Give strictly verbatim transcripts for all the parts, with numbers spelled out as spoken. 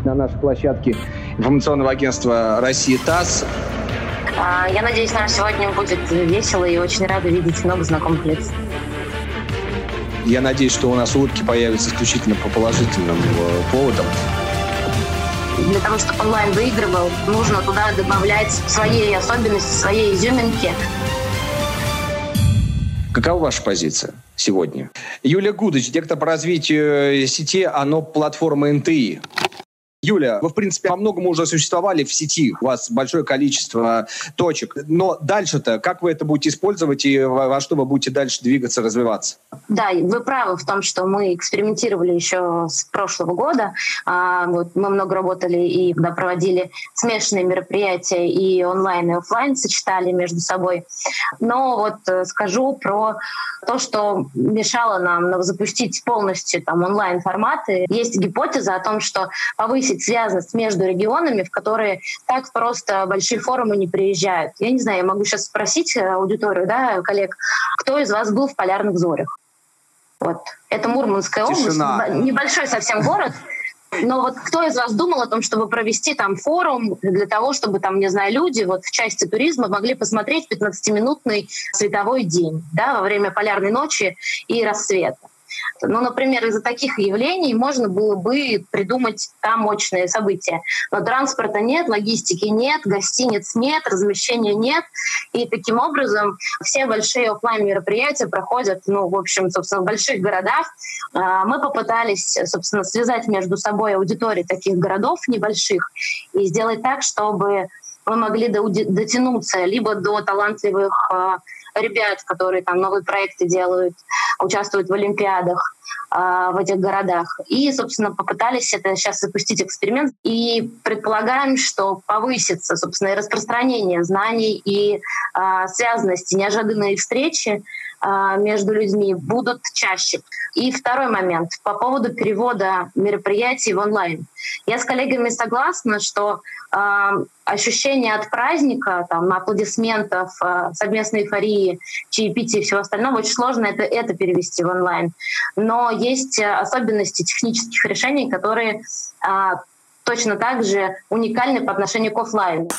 на нашей площадке информационного агентства «Россия ТАСС». Я надеюсь, нам сегодня будет весело и очень рада видеть много знакомых лиц. Я надеюсь, что у нас улыбки появятся исключительно по положительным поводам. Для того, чтобы онлайн выигрывал, нужно туда добавлять свои особенности, свои изюминки. Какова ваша позиция сегодня? Юлия Гудыч, директор по развитию сети ОНО платформы эн тэ и. Юля, вы, в принципе, по многому уже существовали в сети, у вас большое количество точек, но дальше-то, как вы это будете использовать и во что вы будете дальше двигаться, развиваться? Да, вы правы в том, что мы экспериментировали еще с прошлого года. Мы много работали и когда проводили смешанные мероприятия и онлайн, и офлайн, сочетали между собой. Но вот скажу про то, что мешало нам запустить полностью там онлайн-форматы. Есть гипотеза о том, что повысить связность между регионами, в которые так просто большие форумы не приезжают. Я не знаю, я могу сейчас спросить аудиторию, да, коллег, кто из вас был в Полярных Зорях? Вот. Это Мурманская Тишина. область, небольшой совсем город. Но вот кто из вас думал о том, чтобы провести там форум для того, чтобы там, не знаю, люди вот в части туризма могли посмотреть пятнадцатиминутный световой день, да, во время полярной ночи и рассвета? Ну, например, из-за таких явлений можно было бы придумать там мощные события. Но транспорта нет, логистики нет, гостиниц нет, размещения нет. И таким образом все большие офлайн мероприятия проходят, ну, в общем, собственно, в больших городах. Мы попытались, собственно, связать между собой аудитории таких городов небольших и сделать так, чтобы мы могли дотянуться либо до талантливых ребят, которые там новые проекты делают, участвуют в олимпиадах э, в этих городах. И, собственно, попытались это сейчас запустить эксперимент. И предполагаем, что повысится, собственно, и распространение знаний, и э, связанности, неожиданные встречи э, между людьми будут чаще. И второй момент по поводу перевода мероприятий в онлайн. Я с коллегами согласна, что э, ощущение от праздника, там, аплодисментов, э, совместной эйфории, чаепития и всего остального, очень сложно это, это перевести в онлайн. Но есть особенности технических решений, которые э, точно так же уникальны по отношению к офлайну.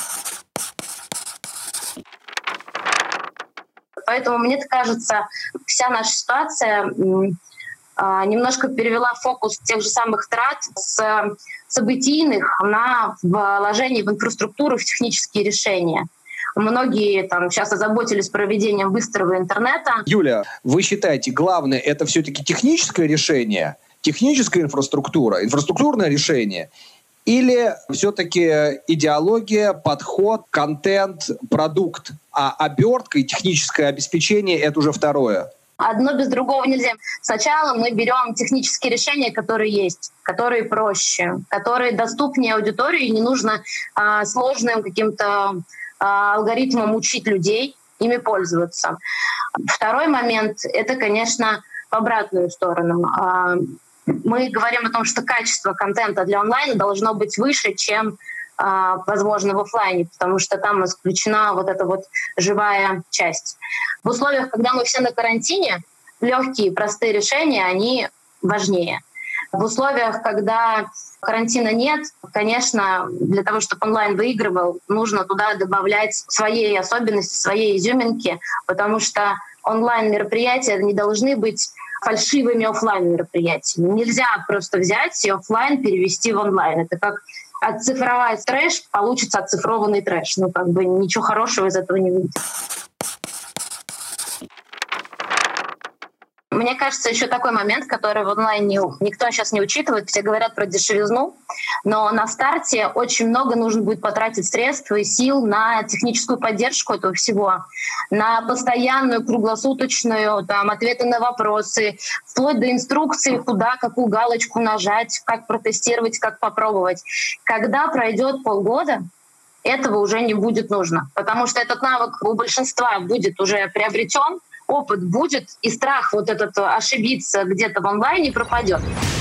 Поэтому, мне кажется, вся наша ситуация немножко перевела фокус тех же самых трат с событийных на вложение в инфраструктуру, в технические решения. Многие там сейчас озаботились проведением быстрого интернета. Юля, вы считаете, главное это все-таки техническое решение, техническая инфраструктура, инфраструктурное решение, или все-таки идеология, подход, контент, продукт, а обертка и техническое обеспечение — это уже второе? Одно без другого нельзя. Сначала мы берем технические решения, которые есть, которые проще, которые доступнее аудитории, не нужно а, сложным каким-то а, алгоритмом учить людей, ими пользоваться. Второй момент — это, конечно, в обратную сторону. А, мы говорим о том, что качество контента для онлайна должно быть выше, чем возможно, в офлайне, потому что там исключена вот эта вот живая часть. В условиях, когда мы все на карантине, легкие, простые решения, они важнее. В условиях, когда карантина нет, конечно, для того, чтобы онлайн выигрывал, нужно туда добавлять свои особенности, свои изюминки, потому что онлайн-мероприятия не должны быть фальшивыми офлайн-мероприятиями. Нельзя просто взять и офлайн перевести в онлайн. Это как отцифровать трэш, получится оцифрованный трэш. Ну, как бы ничего хорошего из этого не выйдет. Мне кажется, еще такой момент, который в онлайне никто сейчас не учитывает. Все говорят про дешевизну, но на старте очень много нужно будет потратить средств и сил на техническую поддержку этого всего, на постоянную, круглосуточную, там, ответы на вопросы, вплоть до инструкции, куда, какую галочку нажать, как протестировать, как попробовать. Когда пройдет полгода, этого уже не будет нужно, потому что этот навык у большинства будет уже приобретен, опыт будет, и страх вот этот ошибиться где-то в онлайне пропадет.